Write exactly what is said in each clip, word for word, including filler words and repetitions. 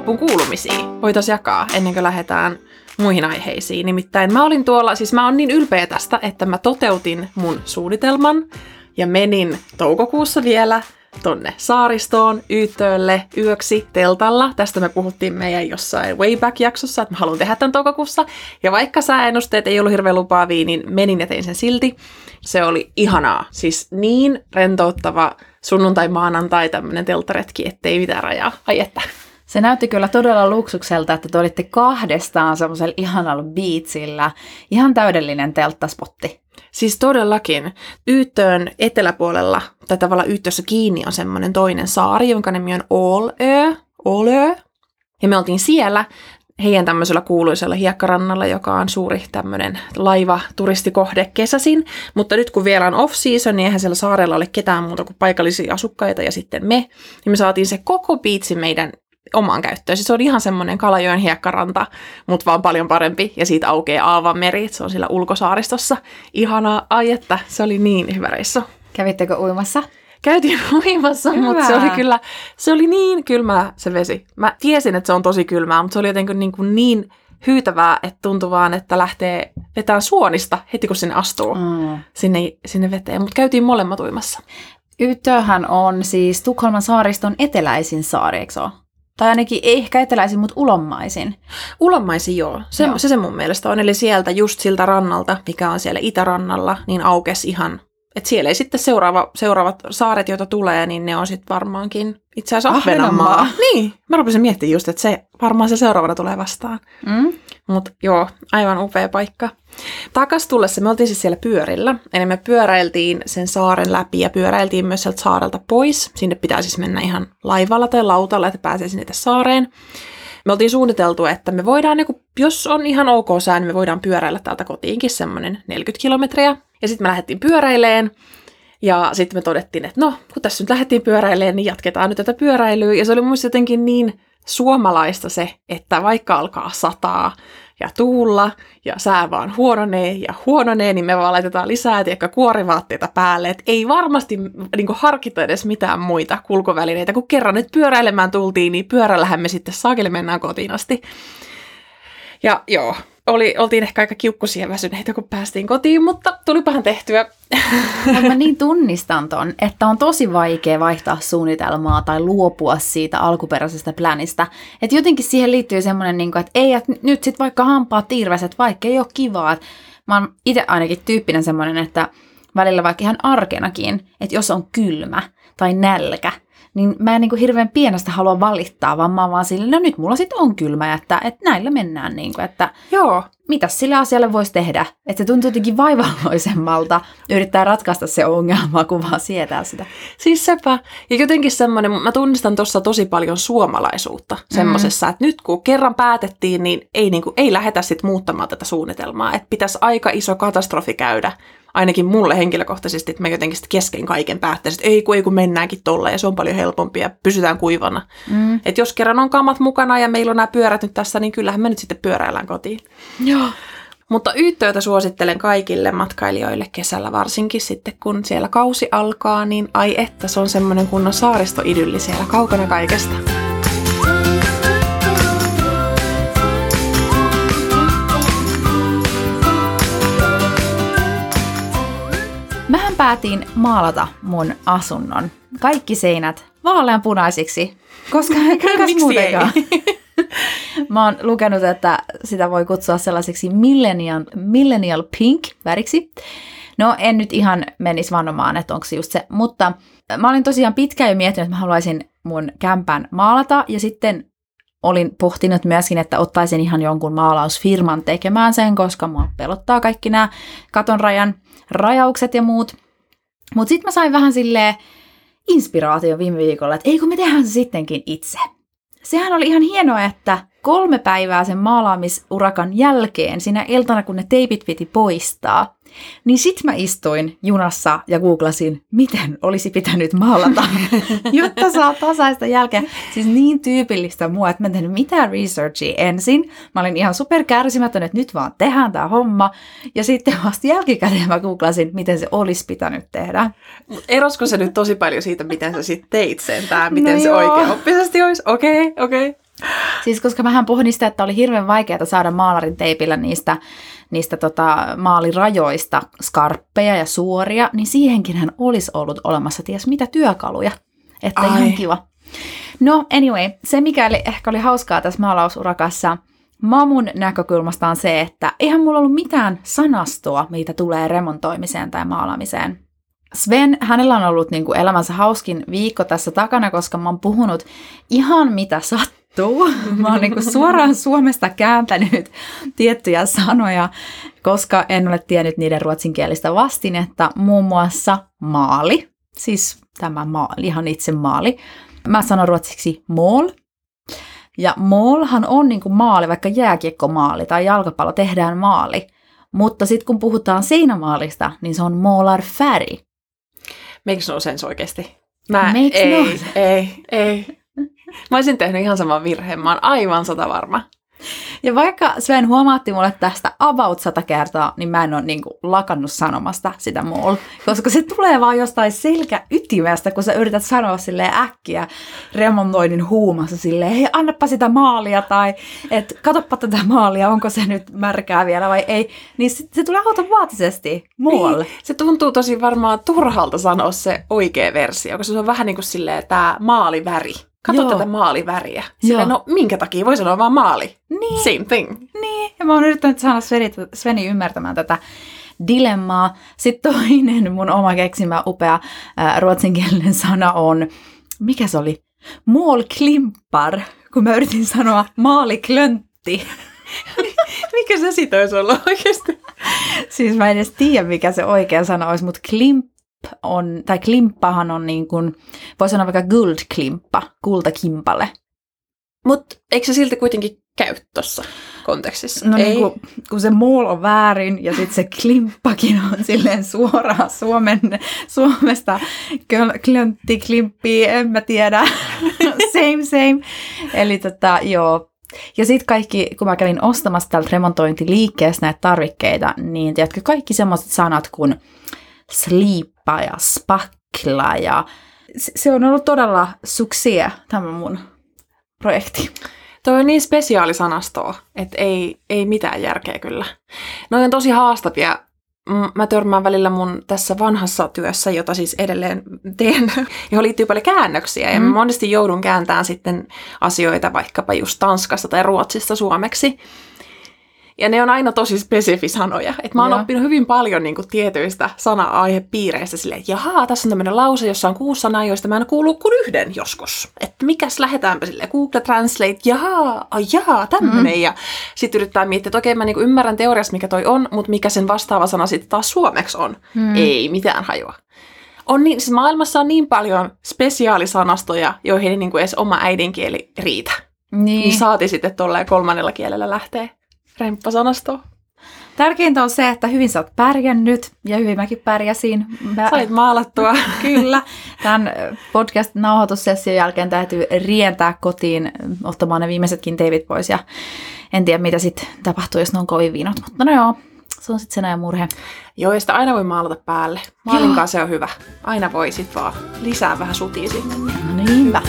viikonlopun kuulumisia voitaisiin jakaa ennen kuin lähdetään muihin aiheisiin. Nimittäin mä olin tuolla, siis mä oon niin ylpeä tästä, että mä toteutin mun suunnitelman ja menin toukokuussa vielä tonne saaristoon, Yyttöölle, yöksi teltalla. Tästä me puhuttiin meidän jossain way back-jaksossa, että mä haluan tehdä tämän toukokuussa. Ja vaikka sääennusteet ei ollut hirveän lupaavia, niin menin ja tein sen silti. Se oli ihanaa. Siis niin rentouttava sunnuntai-maanantai tämmönen telttaretki, ettei mitään rajaa. Ai että. Se näytti kyllä todella luksukselta, että te olitte kahdestaan semmoisella ihanalla beachillä. Ihan täydellinen telttaspotti. Siis todellakin. Yyttöön eteläpuolella, tai tavallaan Yyttössä kiinni on semmoinen toinen saari, jonka nimi on Ålö. Ålö. Ja me oltiin siellä heidän tämmöisellä kuuluisella hiekkarannalla, joka on suuri tämmöinen laiva-turistikohde kesäsin. Mutta nyt kun vielä on off-season, niin eihän siellä saarella ole ketään muuta kuin paikallisia asukkaita ja sitten me. Niin me saatiin se koko biitsi meidän omaan käyttöön. Siis se on ihan semmoinen Kalajoen hiekkaranta, mutta vaan paljon parempi. Ja siitä aukeaa Aavan meri, se on siellä ulkosaaristossa. Ihanaa, ai että, se oli niin hyvä reissu. Kävittekö uimassa? Käytiin uimassa, hyvä. Mutta se oli kyllä, se oli niin kylmää se vesi. Mä tiesin, että se on tosi kylmää, mutta se oli jotenkin niin, kuin niin hyytävää, että tuntui vaan, että lähtee vetämään suonista heti kun sinne astuu mm. sinne, sinne veteen. Mutta käytiin molemmat uimassa. Yyttöhän on siis Tukholman saariston eteläisin saari, eikö se ole? Tai ainakin ei ehkä eteläisin, mutta ulommaisin. Ulommaisin, joo. Se, joo. se se mun mielestä on. Eli sieltä just siltä rannalta, mikä on siellä itärannalla, niin aukesi ihan. Että siellä ei sitten seuraava, seuraavat saaret, joita tulee, niin ne on sitten varmaankin itse asiassa Ahvenanmaa. Niin, mä rupesin miettimään just, että se varmaan se seuraavana tulee vastaan. Mm. Mutta joo, aivan upea paikka. Takas tullessa me oltiin siis siellä pyörillä. Eli me pyöräiltiin sen saaren läpi ja pyöräiltiin myös sieltä saarelta pois. Sinne pitää siis mennä ihan laivalla tai lautalla, että pääsee sinne saareen. Me oltiin suunniteltu, että me voidaan, jos on ihan ok sää, niin me voidaan pyöräillä täältä kotiinkin semmoinen neljäkymmentä kilometriä. Ja sitten me lähdettiin pyöräileen. Ja sitten me todettiin, että no, kun tässä nyt lähdettiin pyöräilemään, niin jatketaan nyt tätä pyöräilyä. Ja se oli muista jotenkin niin suomalaista se, että vaikka alkaa sataa ja tuulla ja sää vaan huononee ja huononee, niin me vaan laitetaan lisää tiekka kuorivaatteita päälle. Et ei varmasti niin kuin harkita edes mitään muita kulkuvälineitä, kun kerran nyt pyöräilemään tultiin, niin pyörällähän me sitten saakeli mennään kotiin asti. Ja joo, oli, oltiin ehkä aika kiukkuisia väsyneitä, kun päästiin kotiin, mutta tulipahan tehtyä. Mä niin tunnistan ton, että on tosi vaikea vaihtaa suunnitelmaa tai luopua siitä alkuperäisestä plänistä. Että jotenkin siihen liittyy semmoinen, että ei, että nyt sit vaikka hampaat tiirväiset, vaikka ei ole kivaa. Mä oon itse ainakin tyyppinen semmoinen, että välillä vaikka ihan arkenakin, että jos on kylmä tai nälkä, niin mä en niin kuin hirveän pienestä halua valittaa, vaan mä oon vaan silleen, no nyt mulla sit on kylmä, että, että näillä mennään, niin kuin, että joo. Mitäs sille asialle voisi tehdä? Että se tuntuu jotenkin vaivalloisemmalta yrittää ratkaista se ongelma, kun vaan sietää sitä. Siis sepä. Ja jotenkin semmoinen, mä tunnistan tuossa tosi paljon suomalaisuutta semmoisessa, mm. että nyt kun kerran päätettiin, niin ei, niin kuin, ei lähdetä sit muuttamaan tätä suunnitelmaa. Että pitäisi aika iso katastrofi käydä. Ainakin mulle henkilökohtaisesti, että mä jotenkin kesken kaiken päättäisin, että ei kun, ei kun mennäänkin tolleen ja se on paljon helpompi ja pysytään kuivana. Mm. Että jos kerran on kamat mukana ja meillä on nämä pyörät nyt tässä, niin kyllähän me nyt sitten pyöräillään kotiin. Joo. Mutta Yyttöötä suosittelen kaikille matkailijoille kesällä, varsinkin sitten kun siellä kausi alkaa, niin ai että se on semmoinen kunnon saaristoidylli siellä kaukana kaikesta. Mähän päätin maalata mun asunnon. Kaikki seinät vaaleanpunaisiksi, koska kuinkas muutenkaan. Mä oon lukenut, että sitä voi kutsua sellaiseksi millennial, millennial pink väriksi. No en nyt ihan menisi vannomaan, että onko se just se, mutta mä olin tosiaan pitkään jo miettinyt, että mä haluaisin mun kämpän maalata ja sitten olin pohtinut myöskin, että ottaisin ihan jonkun maalausfirman tekemään sen, koska mua pelottaa kaikki nämä katonrajan rajaukset ja muut. Mutta sitten mä sain vähän silleen inspiraatio viime viikolla, että ei kun me tehdään se sittenkin itse. Sehän oli ihan hienoa, että kolme päivää sen maalaamisurakan jälkeen, siinä iltana kun ne teipit piti poistaa, niin sit mä istuin junassa ja googlasin, miten olisi pitänyt maalata, jotta saa tasaista jälkeä. Siis niin tyypillistä mua, että mä en tehnyt mitään researchia ensin. Mä olin ihan super kärsimätön, että nyt vaan tehdään tää homma. Ja sitten vasta jälkikäteen mä googlasin, miten se olisi pitänyt tehdä. Erosko se nyt tosi paljon siitä, miten sä sit teit sen, tää, miten no se joo. oikein oppisesti olisi? Okei, okay, okei. Okay. Siis koska mähän pohdin sitä, että oli hirveän vaikeaa saada maalarin teipillä niistä, niistä tota, maalirajoista skarppeja ja suoria, niin siihenkinhän olisi ollut olemassa ties mitä työkaluja. Että Ai. ihan kiva. No anyway, se mikä oli, ehkä oli hauskaa tässä maalausurakassa, mamun näkökulmasta on se, että eihän mulla ollut mitään sanastoa, mitä tulee remontoimiseen tai maalaamiseen. Sven, hänellä on ollut niin kuin elämänsä hauskin viikko tässä takana, koska mä oon puhunut ihan mitä sattuu. Mä oon niin kuin suoraan Suomesta kääntänyt tiettyjä sanoja, koska en ole tiennyt niiden ruotsinkielistä vastinetta. Muun muassa maali, siis tämä maali, ihan itse maali. Mä sanon ruotsiksi mål. Ja målhan on niin kuin maali, vaikka jääkiekkomaali tai jalkapallo tehdään maali. Mutta sitten kun puhutaan seinämaalista, niin se on målarfärg. Makes no sense oikeasti. Mä, Makes ei, no. ei, ei, ei. Mä olisin tehnyt ihan saman virheen. Mä oon aivan sata varma. Ja vaikka Sven huomaatti mulle tästä about sata kertaa, niin mä en ole niin kuin lakannut sanomasta sitä mål. Koska se tulee vaan jostain selkäytimestä, kun sä yrität sanoa silleen äkkiä remontoinnin huumassa silleen, hei annappa sitä maalia tai että katoppa tätä maalia, onko se nyt märkää vielä vai ei. Niin se, se tulee automaattisesti mål. Niin, se tuntuu tosi varmaan turhalta sanoa se oikea versio, koska se on vähän niin kuin silleen tää maaliväri. Kato Joo. tätä maaliväriä. Silleen, no minkä takia? Voi sanoa vaan maali. Niin. Same thing. Niin. Ja mä oon yrittänyt saada Sveni, Sveni ymmärtämään tätä dilemmaa. Sitten toinen mun oma keksimä upea ää, ruotsinkielinen sana on, mikä se oli? Målklimpar, kun mä yritin sanoa maaliklöntti. Mikä se sit olisi ollut oikeasti? Siis mä en edes tiedä, mikä se oikea sana olisi, mutta klimp on, tai klimppahan on niin kuin, voi sanoa vaikka guldklimppa, kultakimpale. Mutta eikö se silti kuitenkin käy tuossa kontekstissa? No Ei. Niin kun, kun se mål on väärin ja sitten se klimppakin on silleen suoraan Suomen, Suomesta klöntti, klimppi, en mä tiedä, same same. Eli tota, joo. Ja sitten kaikki, kun mä kävin ostamassa täältä remontointiliikkeestä näitä tarvikkeita, niin tiedätkö, kaikki semmoiset sanat kuin sliippa ja spakla ja se on ollut todella suksee tämä mun projekti. Toi on niin spesiaalisanastoa, että ei, ei mitään järkeä kyllä. Noi on tosi haastavia. Mä törmään välillä mun tässä vanhassa työssä, jota siis edelleen teen, johon liittyy paljon käännöksiä. Ja mä monesti joudun kääntämään sitten asioita vaikkapa just Tanskasta tai Ruotsista suomeksi. Ja ne on aina tosi spesifisanoja. Et mä oon Joo. oppinut hyvin paljon niin kuin tietyistä sana-aihepiireistä silleen, että jahaa, tässä on tämmöinen lause, jossa on kuusi sanaa, joista mä en kuulu kuin yhden joskus. Että mikäs lähdetäänpä silleen, Google Translate, jahaa, ai jaa, tämmöinen. Mm. Ja sitten yrittää miettiä, että okei, mä niin kuin ymmärrän teoriassa, mikä toi on, mutta mikä sen vastaava sana sitten taas suomeksi on. Mm. Ei mitään hajua. On niin, siis maailmassa on niin paljon spesiaalisanastoja, joihin ei niin kuin edes oma äidinkieli riitä. Niin. Niin saati sitten tolleen kolmannella kielellä lähtee. Remppasanastoa. Tärkeintä on se, että hyvin sä oot pärjännyt, ja hyvin mäkin pärjäsin. Mä... Sait maalattua. Kyllä. Tämän podcast-nauhoitussession jälkeen täytyy rientää kotiin ottamaan ne viimeisetkin teipit pois, ja en tiedä, mitä sitten tapahtuu, jos ne on kovin viinot. Mutta no joo, se on sitten sen ajan murhe. Joo, ja sitä aina voi maalata päälle. Maalinkaan se on hyvä. Aina voi sitten vaan lisää vähän sutia sinne. No niin, hyvä.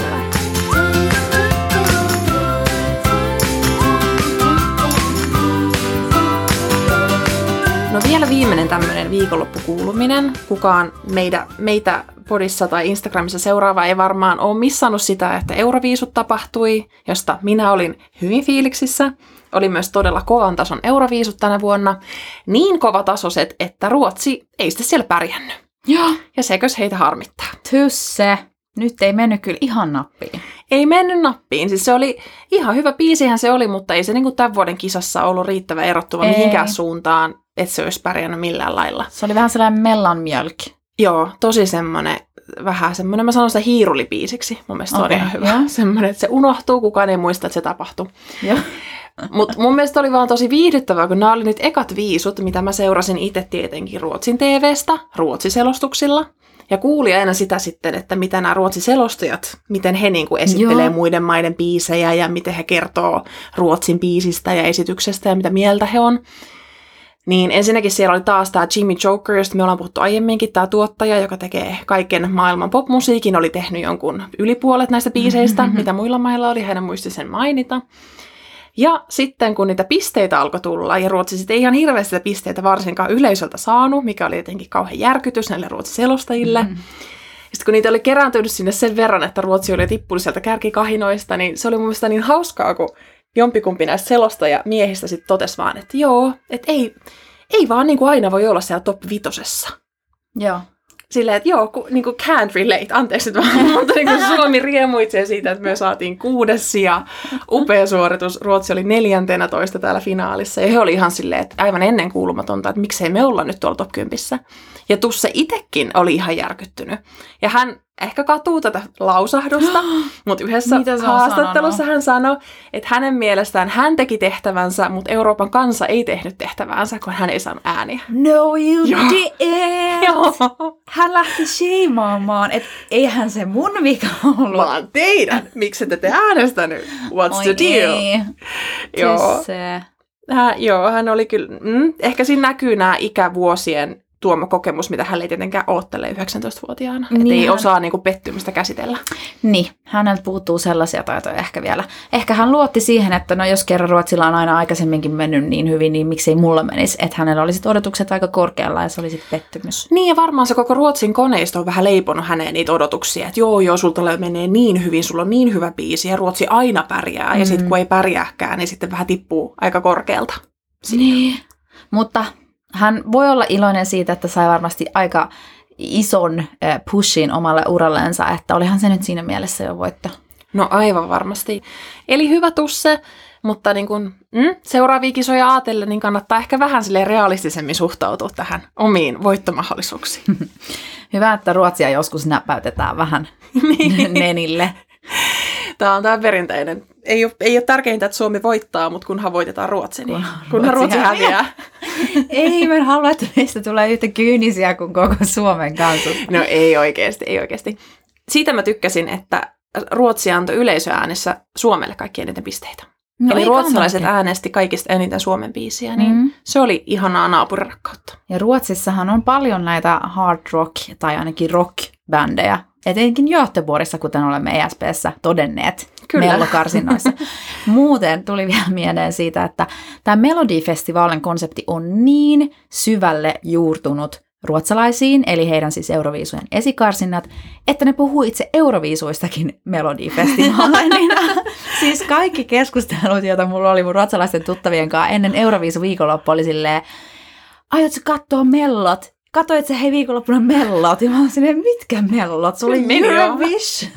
No vielä viimeinen tämmöinen viikonloppukuuluminen. Kukaan meitä, meitä podissa tai Instagramissa seuraava ei varmaan ole missannut sitä, että Euroviisut tapahtui, josta minä olin hyvin fiiliksissä. Oli myös todella kovan tason Euroviisut tänä vuonna. Niin kovatasoiset, että Ruotsi ei sitten siellä pärjännyt. Joo. Ja sekös heitä harmittaa. Tysse. Nyt ei mennyt kyllä ihan nappiin. Ei mennyt nappiin. Siis se oli ihan hyvä biisihän se oli, mutta ei se niin kuin tämän vuoden kisassa ollut riittävän erottuva ei. mihinkään suuntaan, että se olisi pärjännyt millään lailla. Se oli vähän sellainen mellanmjölk. Joo, tosi semmoinen, vähän semmoinen, mä sanon sitä hiirulibiisiksi. Mun mielestä okay, se on ihan hyvä. Yeah. Semmoinen, että se unohtuu, kukaan ei muista, että se tapahtui. Joo. Mutta mun mielestä oli vaan tosi viihdyttävää, kun nämä oli nyt ekat viisut, mitä mä seurasin itse tietenkin Ruotsin T V:stä, ruotsiselostuksilla. Ja kuuli aina sitä sitten, että mitä nämä ruotsiselostajat, miten he niin kuin esittelee Joo. muiden maiden biisejä ja miten he kertoo Ruotsin biisistä ja esityksestä ja mitä mieltä he on. Niin ensinnäkin siellä oli taas tämä Jimmy Joker, josta me ollaan puhuttu aiemminkin, tämä tuottaja, joka tekee kaiken maailman popmusiikin, oli tehnyt jonkun ylipuolet näistä biiseistä, mm-hmm. mitä muilla mailla oli, hän muisti sen mainita. Ja sitten kun niitä pisteitä alkoi tulla, ja Ruotsi sitten ei ihan hirveästi sitä pisteitä varsinkaan yleisöltä saanut, mikä oli jotenkin kauhean järkytys näille Ruotsin selostajille. Mm-hmm. Ja sitten kun niitä oli kerääntynyt sinne sen verran, että Ruotsi oli tippunut sieltä kärkikahinoista, niin se oli mun mielestä niin hauskaa, kun jompikumpi näistä selostajamiehistä sitten totesi vaan, että joo, että ei, ei vaan niin kuin aina voi olla siellä top vitosessa. Joo. Silleen, että joo, ku, niin kuin can't relate, anteeksi nyt vaan, mutta niin kuin Suomi riemuitsee siitä, että me saatiin kuudes sija, upea suoritus, Ruotsi oli neljäntenä toista täällä finaalissa, ja he oli ihan silleen, että aivan ennen kuulumatonta, että miksei me olla nyt tuolla top kympissä. Ja Tusse itsekin oli ihan järkyttynyt. Ja hän ehkä katuu tätä lausahdusta, mutta yhdessä haastattelussa hän sanoi, että hänen mielestään hän teki tehtävänsä, mutta Euroopan kansa ei tehnyt tehtäväänsä, kun hän ei saanut ääniä. No you didn't! Joo. Hän lähti sheimaamaan, että eihän se mun vika ollut. Vaan teidän. Miksi te te äänestänyt? What's Oi the deal? Ei. Joo. Hän, joo, hän oli kyllä, mm, ehkä siinä näkyy nämä ikävuosien tuoma kokemus, mitä hän ei tietenkään oottele yhdeksäntoistavuotiaana. Niin että ei hän osaa niinku pettymistä käsitellä. Niin, häneltä puuttuu sellaisia taitoja ehkä vielä. Ehkä hän luotti siihen, että no jos kerran Ruotsilla on aina aikaisemminkin mennyt niin hyvin, niin miksei mulla menisi. Että hänellä olisi odotukset aika korkealla ja se olisi pettymys. Niin ja varmaan se koko Ruotsin koneisto on vähän leiponut häneen niitä odotuksia. Että joo, joo, sulta menee niin hyvin, sulla on niin hyvä biisi ja Ruotsi aina pärjää. Mm. Ja sitten kun ei pärjääkään, niin sitten vähän tippuu aika korkealta. Siinä. Niin, mutta hän voi olla iloinen siitä, että sai varmasti aika ison pushin omalle urallensa, että olihan se nyt siinä mielessä jo voitto. No aivan varmasti. Eli hyvä Tusse, mutta niin kun, mm, seuraavia kisoja ajatellen, niin kannattaa ehkä vähän silleen realistisemmin suhtautua tähän omiin voittomahdollisuuksiin. Hyvä, että Ruotsia joskus näpäytetään vähän niin. nenille. Tämä on tämä perinteinen. Ei ole, ei ole tärkeintä, että Suomi voittaa, mutta kunhan voitetaan Ruotsi, niin kunhan Ruotsi, Ruotsi häviää. Ei me halua, että meistä tulee yhtä kyynisiä kuin koko Suomen kanssa. No ei oikeasti, ei oikeasti. Siitä mä tykkäsin, että Ruotsi antoi yleisöäänessä Suomelle kaikki eniten pisteitä. No eli ruotsalaiset kannatkin äänesti kaikista eniten Suomen biisiä, niin mm. se oli ihanaa naapurirakkautta. Ja Ruotsissahan on paljon näitä hard rock tai ainakin rock-bändejä. Etenkin Göteborgissa, kuten olemme E S P:ssä todenneet mellokarsinnoissa. Muuten tuli vielä mieleen siitä, että tämä Melodifestivaalin konsepti on niin syvälle juurtunut ruotsalaisiin, eli heidän siis Euroviisujen esikarsinnat, että ne puhuu itse Euroviisuistakin Melodifestivaaleina. Siis kaikki keskustelut, joita mulla oli mun ruotsalaisten tuttavien kanssa ennen Euroviisu-viikonloppu, oli silleen, aiotko katsoa mellot? Katoit sä hei viikonloppuna mellot? Ja mä olin silleen, mitkä mellot? Se oli Eurovision.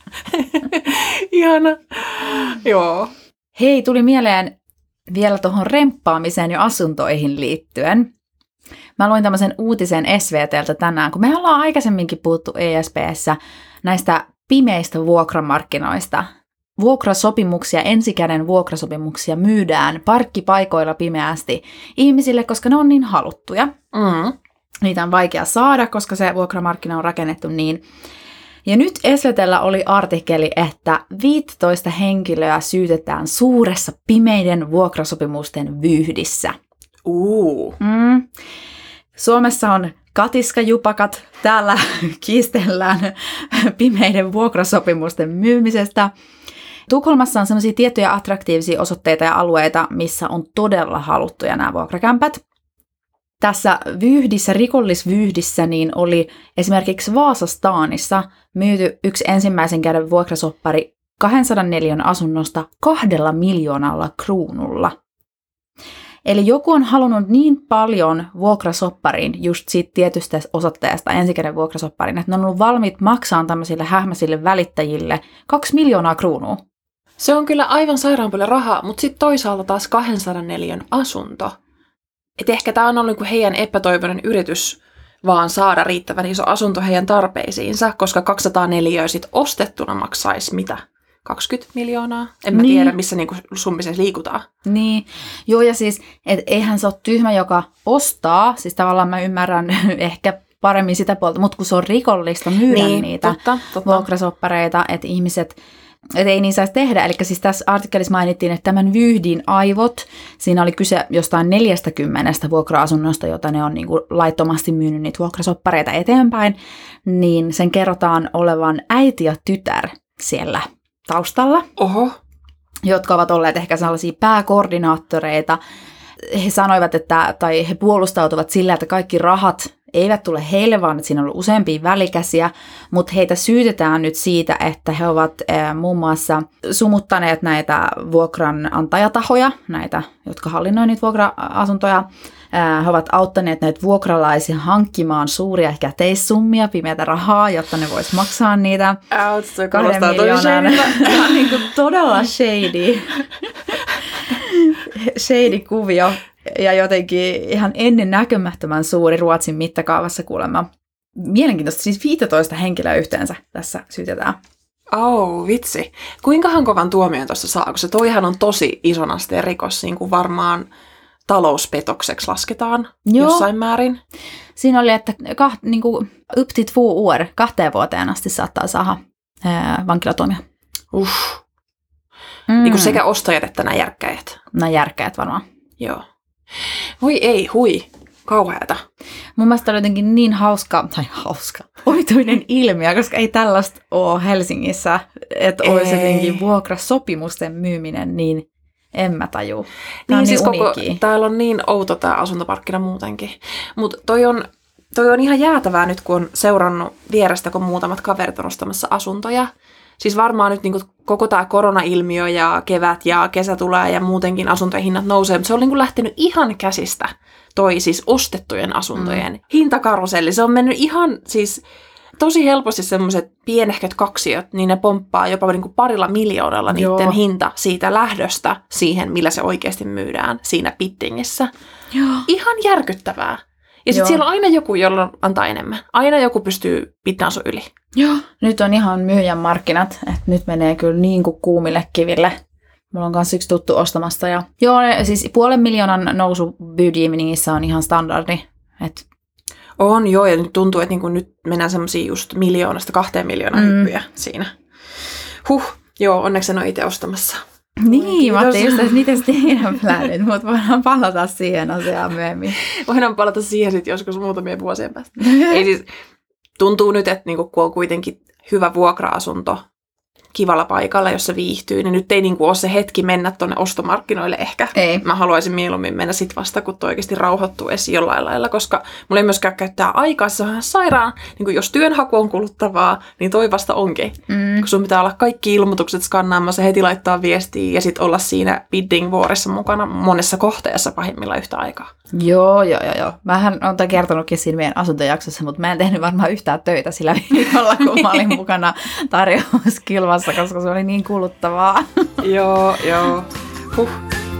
Ihana. Joo. Hei, tuli mieleen vielä tuohon remppaamiseen ja asuntoihin liittyen. Mä luin tämmöisen uutisen S V T:ltä tänään, kun me ollaan aikaisemminkin puhuttu E S P:ssä näistä pimeistä vuokramarkkinoista. Vuokrasopimuksia, ensikäden vuokrasopimuksia myydään parkkipaikoilla pimeästi ihmisille, koska ne on niin haluttuja. Mm. Niitä on vaikea saada, koska se vuokramarkkina on rakennettu niin. Ja nyt S V T:llä oli artikkeli, että viisitoista henkilöä syytetään suuressa pimeiden vuokrasopimusten vyyhdissä. Uh. Mm. Suomessa on katiskajupakat, täällä kiistellään pimeiden vuokrasopimusten myymisestä. Tukholmassa on sellaisia tiettyjä attraktiivisia osoitteita ja alueita, missä on todella haluttuja nämä vuokrakämpät. Tässä vyyhdissä, rikollisvyyhdissä, niin oli esimerkiksi Vaasastaanissa myyty yksi ensimmäisen käden vuokrasoppari kaksisataaneljä asunnosta kahdella miljoonalla kruunulla. Eli joku on halunnut niin paljon vuokrasopparin just siitä tietystä osoitteesta ensikäden vuokrasopparin, että ne on ollut valmiit maksamaan tämmöisille hähmäisille välittäjille kaksi miljoonaa kruunua. Se on kyllä aivan sairaan paljon rahaa, mutta sitten toisaalta taas kaksisataaneljä asunto. Et ehkä tämä on ollut heidän epätoivoinen yritys vaan saada riittävän iso asunto heidän tarpeisiinsa, koska kaksisataaneljä sit ostettuna maksaisi mitä? kaksikymmentä miljoonaa? En mä niin tiedä, missä niinku summisessa liikutaan. Niin, joo ja siis, et eihän se ole tyhmä, joka ostaa, siis tavallaan mä ymmärrän ehkä paremmin sitä puolta, mutta kun se on rikollista myydä niin, niitä totta, totta. vuokrasoppareita, että ihmiset että ei niin saisi tehdä. Eli siis tässä artikkelissa mainittiin, että tämän vyyhdin aivot, siinä oli kyse jostain neljästäkymmenestä vuokra-asunnosta, jota ne on niin kuin laittomasti myynyt niitä vuokrasoppareita eteenpäin, niin sen kerrotaan olevan äiti ja tytär siellä taustalla. Oho. Jotka ovat olleet ehkä sellaisia pääkoordinaattoreita. He sanoivat, että, tai he puolustautuvat sillä, että kaikki rahat eivät tule heille, vaan että siinä on ollut useampia välikäsiä, mutta heitä syytetään nyt siitä, että he ovat äh, muun muassa sumuttaneet näitä vuokranantajatahoja, näitä, jotka hallinnoivat niitä vuokra-asuntoja. Äh, he ovat auttaneet näitä vuokralaisia hankkimaan suuria käteissummia, pimeätä rahaa, jotta ne vois maksaa niitä Outs, kahden miljoonan. Niin kuin todella shady. shady kuvio. Ja jotenkin ihan ennen näkemättömän suuri Ruotsin mittakaavassa kuulemma. Mielenkiintoista, siis viisitoista henkilöä yhteensä tässä syytetään. Oh, vitsi. Kuinkahan kovan tuomion tuossa saa, kun se toihan on tosi ison asteen rikos, niin kuin varmaan talouspetokseksi lasketaan Joo. jossain määrin. Siinä oli, että kaht, niin kuin, upp till två år, kahteen vuoteen asti saattaa saada ää, vankilatuomio. Uff. Mm. Niin kuin sekä ostajat että nämä järkkäjät. Nämä järkkäjät varmaan. Joo. Voi ei, hui, kauheata. Mun mielestä oli jotenkin niin hauska, tai hauska, oituinen ilmiö, koska ei tällaista ole Helsingissä, että ei. olisi jotenkin vuokrasopimusten myyminen, niin en mä taju. Tää niin, on siis niin koko, täällä on niin outo tää asuntomarkkina muutenkin. Mutta toi on, toi on ihan jäätävää nyt, kun on seurannut vierestä, kun muutamat kaverit on ostamassa asuntoja. Siis varmaan nyt niin koko tämä koronailmiö ja kevät ja kesä tulee ja muutenkin asuntojen hinnat nousee, mutta se on niin lähtenyt ihan käsistä toi siis ostettujen asuntojen mm. hintakaruselli. Se on mennyt ihan siis tosi helposti semmoiset pienehköt kaksiot, niin ne pomppaa jopa niin kuin parilla miljoonalla niiden Joo. hinta siitä lähdöstä siihen, millä se oikeasti myydään siinä biddingissä. Joo. Ihan järkyttävää. Ja sitten siellä on aina joku, jolla antaa enemmän. Aina joku pystyy pitämään sun yli. Joo. Nyt on ihan myyjän markkinat, että nyt menee kyllä niin kuin kuumille kiville. Mulla on kanssa yksi tuttu ostamasta. Ja... Joo, siis puolen miljoonan nousu Budgivningissä on ihan standardi. Et... On, joo, ja nyt tuntuu, että niinku nyt mennään semmoisia just miljoonasta kahteen miljoonaan mm. hyppyjä siinä. Huh, joo, onneksi en ole itse ostamassa. Niin, mä ajattelin just, että miten teidän plänit, mutta voidaan palata siihen asiaan myöhemmin. Voidaan palata siihen sitten joskus muutamia vuosien päästä. Ei siis, tuntuu nyt, että niinku, kun on kuitenkin hyvä vuokra-asunto kivalla paikalla, jossa viihtyy, niin nyt ei niinku ole se hetki mennä tuonne ostomarkkinoille ehkä. Ei. Mä haluaisin mieluummin mennä sit vasta, kun toi oikeasti rauhoittuu esiin jollain lailla, koska mulla ei myöskään käyttää aikaa, se on ihan sairaan. Niin jos työnhaku on kuluttavaa, niin toi vasta onkin. Mm. Kun sun pitää olla kaikki ilmoitukset skannaamassa, heti laittaa viestiä ja sitten olla siinä bidding-vuoressa mukana monessa kohteessa pahimmillaan yhtä aikaa. Joo, joo, joo. joo. Mähän olen kertonutkin siinä meidän asuntojaksossa, mutta mä en tehnyt varmaan yhtään töitä sillä viikolla, kun mä olin mukana tarjouskilvassa, koska se oli niin kuluttavaa. Joo, joo. Huh.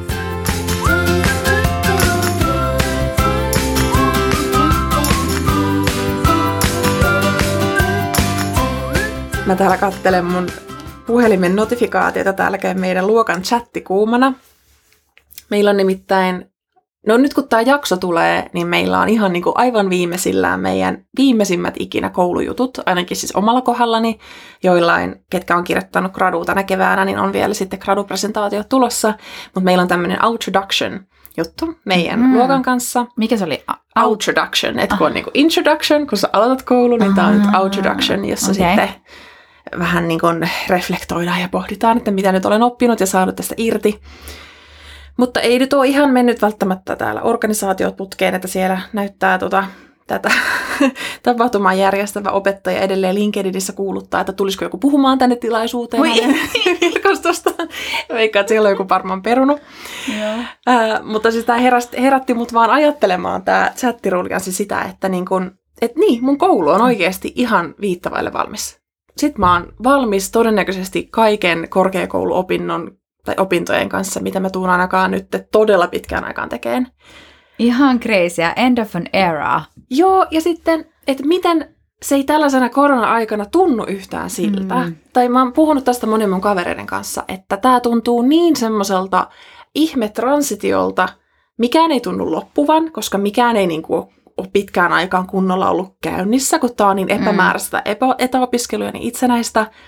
Mä täällä katselen mun puhelimen notifikaatiota. Täällä käy meidän luokan chatti kuumana. Meillä on nimittäin, no nyt kun tää jakso tulee, niin meillä on ihan niin kuin aivan viimeisillään meidän viimeisimmät ikinä koulujutut, ainakin siis omalla kohdallani. Joillain, ketkä on kirjoittanut gradua tänä keväänä, niin on vielä sitten gradupresentaatio tulossa. Mutta meillä on tämmöinen Outroduction juttu meidän mm. luokan kanssa. Mikä se oli? Outroduction, että kun on niin kuin introduction, kun sä aloitat koulun, niin tää on nyt Outroduction, jossa okay. sitten vähän niin kuin reflektoidaan ja pohditaan, että mitä nyt olen oppinut ja saanut tästä irti. Mutta ei nyt ole ihan mennyt välttämättä täällä organisaatiot putkeen, että siellä näyttää tota, tätä tapahtumaa järjestävä opettaja edelleen LinkedInissä kuuluttaa, että tulisiko joku puhumaan tänne tilaisuuteen. Vilkostosta. Veikkaan, että siellä on joku varmaan perunut. Äh, mutta siis tämä herätti, herätti mut vaan ajattelemaan tämä chattiruljanssi sitä, että niin kun, et niin, mun koulu on oikeasti ihan viittavaille valmis. Sitten mä oon valmis todennäköisesti kaiken korkeakouluopinnon tai opintojen kanssa, mitä mä tuun ainakaan nyt todella pitkään aikaan tekemään. Ihan crazy. End of an era. Joo, ja sitten, että miten se ei tällaisena korona-aikana tunnu yhtään siltä. Mm. Tai mä oon puhunut tästä monen mun kavereiden kanssa, että tää tuntuu niin semmoiselta ihme-transitiolta, mikään ei tunnu loppuvan, koska mikään ei niinku ole pitkään aikaan kunnolla ollut käynnissä, kun tää on niin epämääräistä mm. etäopiskelua, niin itsenäistä.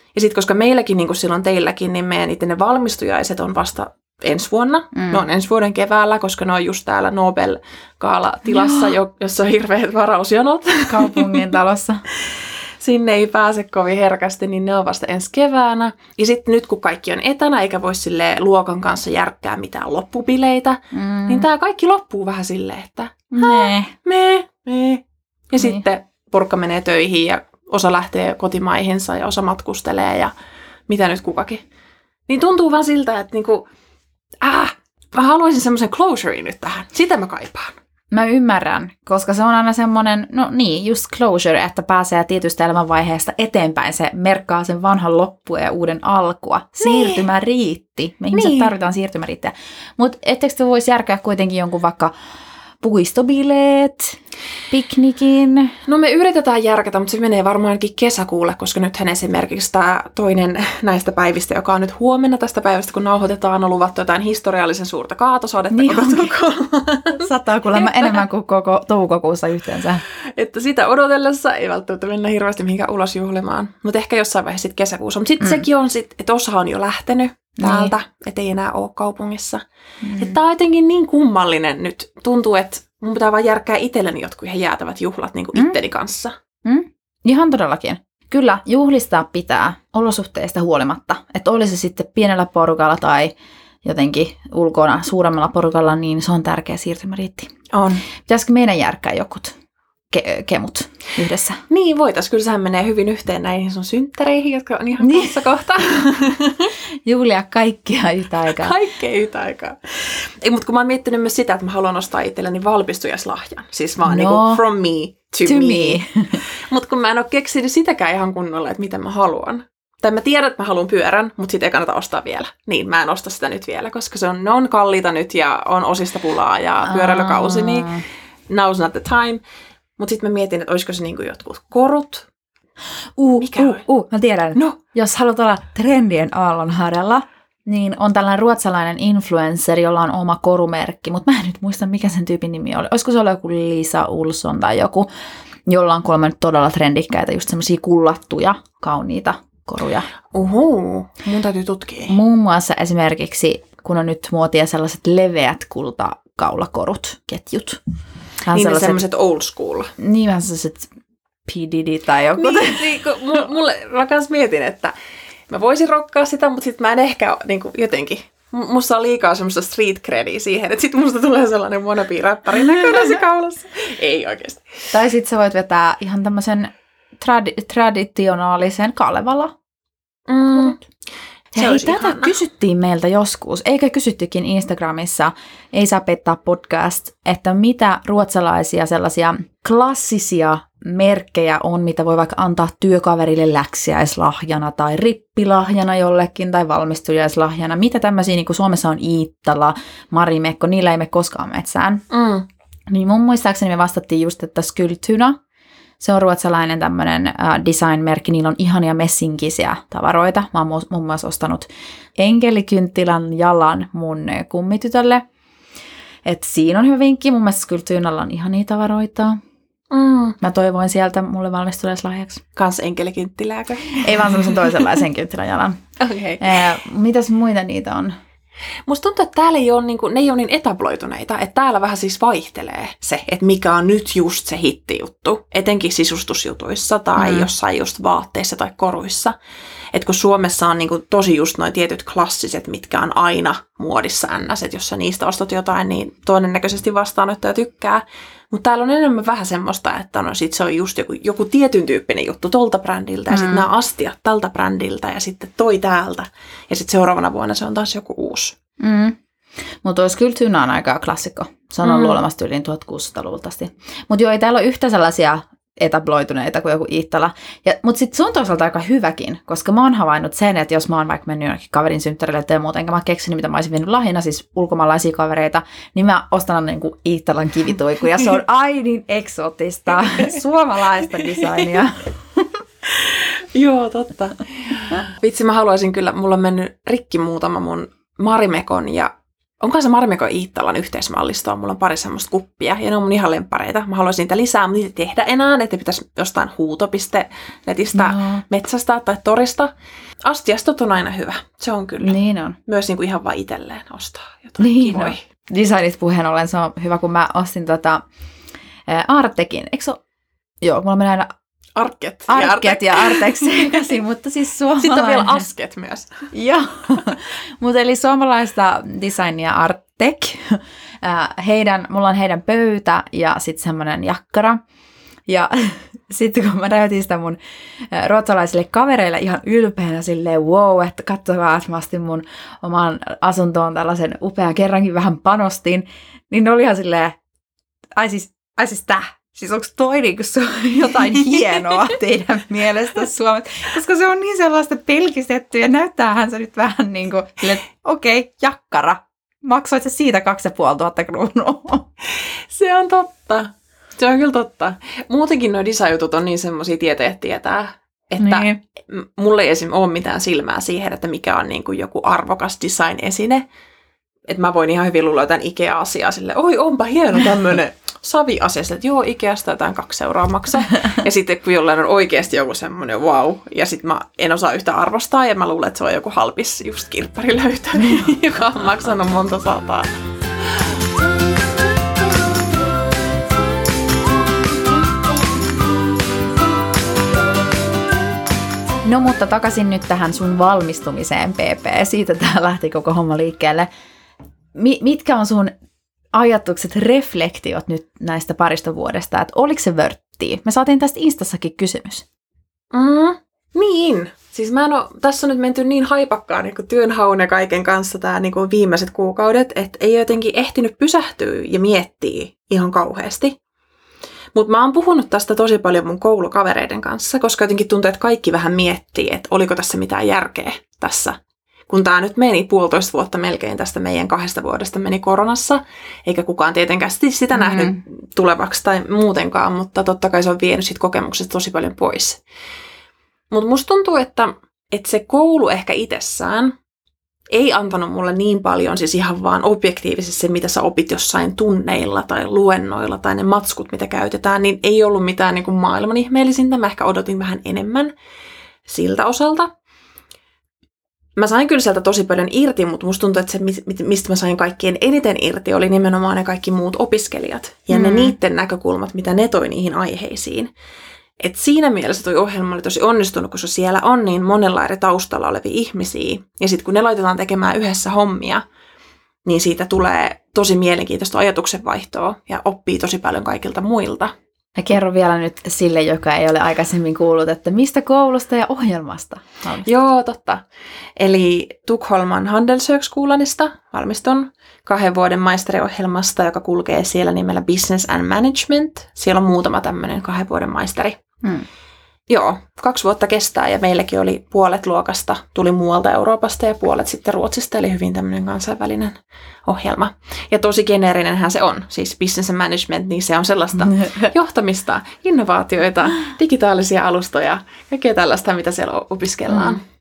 Ja sitten koska meilläkin, niin kuin silloin teilläkin, niin meidän itse ne valmistujaiset on vasta ensi vuonna. Mm. Ne on ensi vuoden keväällä, koska ne on just täällä Nobel-gaala-tilassa, jo, jossa on hirveät varausjonot. Kaupungin talossa. Sinne ei pääse kovin herkästi, niin ne on vasta ensi keväänä. Ja sitten nyt, kun kaikki on etänä, eikä voi silleen luokan kanssa järkkää mitään loppubileitä, mm. niin tämä kaikki loppuu vähän silleen, että me, me, me. Ja niin. Sitten porukka menee töihin ja osa lähtee kotimaihinsa ja osa matkustelee ja mitä nyt kukakin. Niin tuntuu vaan siltä, että niinku, äh, mä haluaisin semmoisen closurein nyt tähän. Sitä mä kaipaan. Mä ymmärrän, koska se on aina semmoinen, no niin, just closure, että pääsee tietystä elämänvaiheesta eteenpäin. Se merkkaa sen vanhan loppua ja uuden alkua. Siirtymä riitti. Me ihmiset niin. tarvitaan siirtymäriittejä. Mutta ettekö te voisi järkää kuitenkin jonkun vaikka puistobileet, piknikin? No me yritetään järkätä, mutta se menee varmaankin kesäkuulle, koska nythän esimerkiksi tämä toinen näistä päivistä, joka on nyt huomenna tästä päivästä, kun nauhoitetaan, on luvattu jotain historiallisen suurta kaatosadetta niin koko toukokuulla. Sataa kuulemma enemmän kuin koko toukokuussa yhteensä. Että sitä odotellessa ei välttämättä mennä hirveästi mihinkään ulos juhlimaan, mutta ehkä jossain vaiheessa sitten kesäkuussa. Mutta sitten mm. sekin on, sit, että osa on jo lähtenyt täältä, niin. Ettei enää ole kaupungissa. Mm. Että tämä on jotenkin niin kummallinen nyt. Tuntuu, että mun pitää vaan järkkää itselleni jotkut ihan jäätävät juhlat niin kuin mm. itteni kanssa. Mm. Ihan todellakin. Kyllä, juhlistaa pitää olosuhteista huolimatta. Että olisi se sitten pienellä porukalla tai jotenkin ulkona suuremmalla porukalla, niin se on tärkeä siirtymäriitti. On. Pitäisikö meidän järkkää jokut ke- kemut yhdessä? Niin, voitais. Kyllä sehän menee hyvin yhteen näihin sun synttäreihin, jotka on ihan niin. kanssa kohta. Juhlia kaikkia yhtä aikaa. Kaikkea yhtä aikaa. Ei, mutta kun mä oon miettinyt myös sitä, että mä haluan ostaa itselleni valmistujaslahjan. Siis vaan no, niin kuin from me to, to me. me. Mutta kun mä en ole keksinyt sitäkään ihan kunnolla, että mitä mä haluan. Tai mä tiedän, että mä haluan pyörän, mutta sitä ei kannata ostaa vielä. Niin, mä en osta sitä nyt vielä, koska se on, ne on kalliita nyt ja on osista pulaa ja pyöräilykausi, niin now's not the time. Mutta sitten mä mietin, että olisiko se niinku jotkut korut. Uh, Mikä uh, uh, mä tiedän. No. Jos haluat olla trendien aallonharjalla, niin on tällainen ruotsalainen influencer, jolla on oma korumerkki. Mutta mä en nyt muista, mikä sen tyypin nimi oli. Olisiko se ollut joku Lisa Ulsson tai joku, jolla on kolme todella trendikkäitä, just semmoisia kullattuja, kauniita koruja. Uhu, mun täytyy tutkia. Muun muassa esimerkiksi, kun on nyt muotia sellaiset leveät kultakaulakorut, ketjut. Niin sellaiset, semmoiset old school. Niin vähän sellaiset P. Diddy tai joku. Niin, niin kun mulle, mä kans mietin, että mä voisin rokkaa sitä, mutta sit mä en ehkä niin kuin jotenkin, musta on liikaa semmoista street crediä siihen, että sit musta tulee sellainen wannabe-räppärin näköinen se kaulassa. Ei oikeesti. Tai sit sä voit vetää ihan tämmöisen tradi- traditionaalisen Kalevala. Mm. Hei, tätä ihana. Kysyttiin meiltä joskus, eikä kysyttykin Instagramissa, ei saa pettää podcast, että mitä ruotsalaisia sellaisia klassisia merkkejä on, mitä voi vaikka antaa työkaverille läksiäislahjana tai rippilahjana jollekin tai valmistujaislahjana. Mitä tämmöisiä, niin kuin Suomessa on Iittala, Marimekko, niillä ei mene koskaan metsään. Mm. Niin mun muistaakseni me vastattiin just, että Skultuna. Se on ruotsalainen tämmöinen uh, design-merkki. Niillä on ihania messinkisiä tavaroita. Mä oon muun muassa ostanut enkelikynttilän jalan mun kummitytölle. Et siinä on hyvä vinkki. Mun mielestä kyllä Tyynalla on ihania tavaroita. Mm. Mä toivoin sieltä mulle valmistuneeslahjaksi. Kans enkelikynttilääkö? Ei vaan semmoisen toisenlaisen kynttilän jalan. Okay. Eh, mitäs muita niitä on? Musta tuntuu, että täällä ei ole, niin kuin, ne ei ole niin etabloituneita, että täällä vähän siis vaihtelee se, että mikä on nyt just se hittijuttu, etenkin sisustusjutuissa tai mm. jossain just vaatteissa tai koruissa. Että kun Suomessa on niin kuin tosi just noin tietyt klassiset, mitkä on aina muodissa ns, että jos sä niistä ostat jotain, niin todennäköisesti vastaanottaja tykkää. Mutta täällä on enemmän vähän semmoista, että no sit se on just joku, joku tietyn tyyppinen juttu tolta brändiltä, ja mm. sitten nämä astiat tältä brändiltä, ja sitten toi täältä, ja sitten seuraavana vuonna se on taas joku uusi. Mm. Mutta olisi kyllä Tynä on aika klassikko. Se on ollut mm. olemassa yli tuhatkuusisataaluvulta asti. Mutta joo, ei täällä ole yhtä sellaisia etabloituneita kuin joku Iittala. Mutta sitten se on toisaalta aika hyväkin, koska mä oon havainnut sen, että jos mä oon vaikka mennyt jonnekin kaverin synttärille tai muuta, enkä mä keksinyt, mitä mä olisin vienyt lahjana, siis ulkomaalaisia kavereita, niin mä ostan niinku Iittalan kivituikuja. Se on ai niin eksoottista, suomalaista designia. Joo, totta. Vitsi, mä haluaisin kyllä, mulla on mennyt rikki muutama mun Marimekon ja onko se Marimekko Iittalan yhteismallistoa? Mulla on pari semmoista kuppia, ja ne on mun ihan lemppareita. Mä haluaisin niitä lisää, mutta niitä tehdä enää, että pitäisi jostain huuto piste netistä no. metsästä tai torista. Astiastot on aina hyvä. Se on kyllä. Niin on. Myös niin kuin ihan vaan itselleen ostaa jotain niin kivoja. Designit puheen ollen, se on hyvä, kun mä ostin tota, ää, Artekin. Eikö se ole? Joo, mulla menee aina Arket. Arket ja Artek sekaisin, mutta siis suomalainen. Sitten on vielä Asket myös. Joo, mutta eli suomalaista designia Artek. Heidän, mulla on heidän pöytä ja sitten semmoinen jakkara. Ja sitten kun mä näytin sitä mun ruotsalaisille kavereille ihan ylpeänä silleen, wow, että katsokaa, että mä astin mun omaan asuntoon tällaisen upean, kerrankin vähän panostin, niin ne oli ihan silleen, ai siis, ai siis tää. Siis onko toi niin jotain hienoa teidän mielestä Suomessa? Koska se on niin sellaista pelkistetty ja näyttäähän se nyt vähän niin kuin, että okei, okay, jakkara. Maksoit se siitä kaksi ja puoli tuhatta kruunua? Se on totta. Se on kyllä totta. Muutenkin nuo design-jutut on niin semmoisia tieteet tietää, että niin. mulle ei esim. Ole mitään silmää siihen, että mikä on niin kuin joku arvokas design-esine. Että mä voin ihan hyvin luulla jotain Ikea-asiaa silleen, oi onpa hieno tämmönen saviasia, että joo, Ikeasta jotain kaksi euroa maksaa. Ja sitten kun jollain on oikeasti joku semmoinen wow, ja sitten mä en osaa yhtä arvostaa, ja mä luulen, että se on joku halpis just kirpparilöytö, joka on maksanut monta sataa. No mutta takaisin nyt tähän sun valmistumiseen, P P. Siitä tää lähti koko homma liikkeelle. Mi- mitkä on sun ajatukset, reflektiot nyt näistä parista vuodesta, että oliko se vörttiä? Me saatiin tästä Instassakin kysymys. Mm, niin. Siis mä en ole, tässä on nyt menty niin haipakkaan niin työnhaun ja kaiken kanssa tää niin viimeiset kuukaudet, että ei jotenkin ehtinyt pysähtyä ja miettiä ihan kauheasti. Mutta mä oon puhunut tästä tosi paljon mun koulukavereiden kanssa, koska jotenkin tuntuu, että kaikki vähän miettii, että oliko tässä mitään järkeä tässä. Kun tää nyt meni puolitoista vuotta melkein tästä meidän kahdesta vuodesta meni koronassa, eikä kukaan tietenkään sitä mm. nähnyt tulevaksi tai muutenkaan, mutta totta kai se on vienyt sit kokemuksesta tosi paljon pois. Mutta musta tuntuu, että, että se koulu ehkä itsessään ei antanut mulle niin paljon, siis ihan vaan objektiivisesti se, mitä sä opit jossain tunneilla tai luennoilla tai ne matskut, mitä käytetään, niin ei ollut mitään niin kuin maailman ihmeellisintä. Mä ehkä odotin vähän enemmän siltä osalta. Mä sain kyllä sieltä tosi paljon irti, mutta musta tuntuu, että se, mistä mä sain kaikkien eniten irti, oli nimenomaan ne kaikki muut opiskelijat ja mm. ne niiden näkökulmat, mitä ne toi niihin aiheisiin. Et siinä mielessä toi ohjelma oli tosi onnistunut, koska siellä on niin monella eri taustalla olevia ihmisiä. Ja sitten kun ne laitetaan tekemään yhdessä hommia, niin siitä tulee tosi mielenkiintoista ajatuksenvaihtoa ja oppii tosi paljon kaikilta muilta. Ja kerro vielä nyt sille, joka ei ole aikaisemmin kuullut, että mistä koulusta ja ohjelmasta valmistut? Joo, totta. Eli Tukholman Handelshögskolanista valmistun kahden vuoden maisteriohjelmasta, joka kulkee siellä nimellä Business and Management. Siellä on muutama tämmöinen kahden vuoden maisteri. Hmm. Joo, kaksi vuotta kestää ja meilläkin oli puolet luokasta, tuli muualta Euroopasta ja puolet sitten Ruotsista, eli hyvin tämmöinen kansainvälinen ohjelma. Ja tosi geneerinenhän se on, siis business and management, niin se on sellaista johtamista, innovaatioita, digitaalisia alustoja, kaikkea tällaista, mitä siellä opiskellaan. Mm.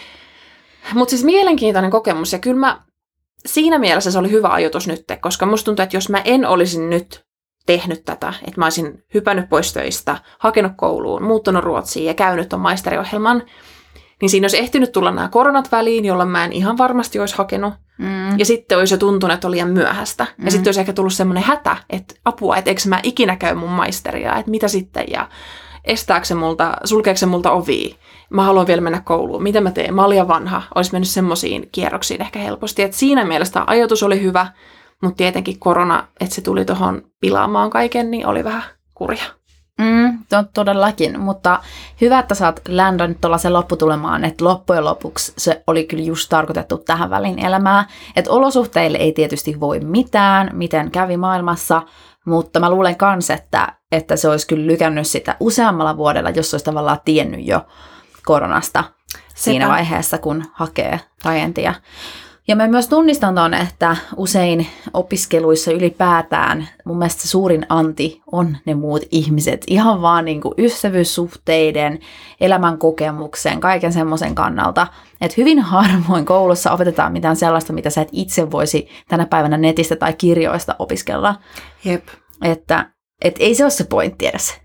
Mutta siis mielenkiintoinen kokemus ja kyllä mä, siinä mielessä se oli hyvä ajatus nyt, koska musta tuntuu, että jos mä en olisi nyt tehnyt tätä, että mä olisin hypännyt pois töistä, hakenut kouluun, muuttunut Ruotsiin ja käynyt ton maisteriohjelman, niin siinä olisi ehtinyt tulla nämä koronat väliin, jolloin mä en ihan varmasti olisi hakenut. Mm. Ja sitten olisi jo tuntunut, että oli liian myöhäistä. Mm. Ja sitten olisi ehkä tullut semmoinen hätä, että apua, että eikö mä ikinä käy mun maisteria, että mitä sitten, ja estääkö se multa, sulkeeko se multa ovia, mä haluan vielä mennä kouluun, mitä mä teen, mä olen liian vanha, olisi mennyt semmoisiin kierroksiin ehkä helposti. Että siinä mielessä ajatus oli hyvä, mutta tietenkin korona, että se tuli tuohon pilaamaan kaiken, niin oli vähän kurja. Mm, to- todellakin, mutta hyvä, että sä oot ländännyt tuollaisen lopputulemaan, että loppujen lopuksi se oli kyllä just tarkoitettu tähän väliin elämää. Että olosuhteille ei tietysti voi mitään, miten kävi maailmassa, mutta mä luulen kans, että, että se olisi kyllä lykännyt sitä useammalla vuodella, jos olisi tavallaan tiennyt jo koronasta Sepä. Siinä vaiheessa, kun hakee tai en tiedä. Ja mä myös tunnistan ton, että usein opiskeluissa ylipäätään mun mielestä se suurin anti on ne muut ihmiset. Ihan vaan niin kuin ystävyyssuhteiden, elämänkokemuksen, kaiken semmoisen kannalta. Että hyvin harvoin koulussa opetetaan mitään sellaista, mitä sä et itse voisi tänä päivänä netistä tai kirjoista opiskella. Jep. Että et ei se ole se pointti edes.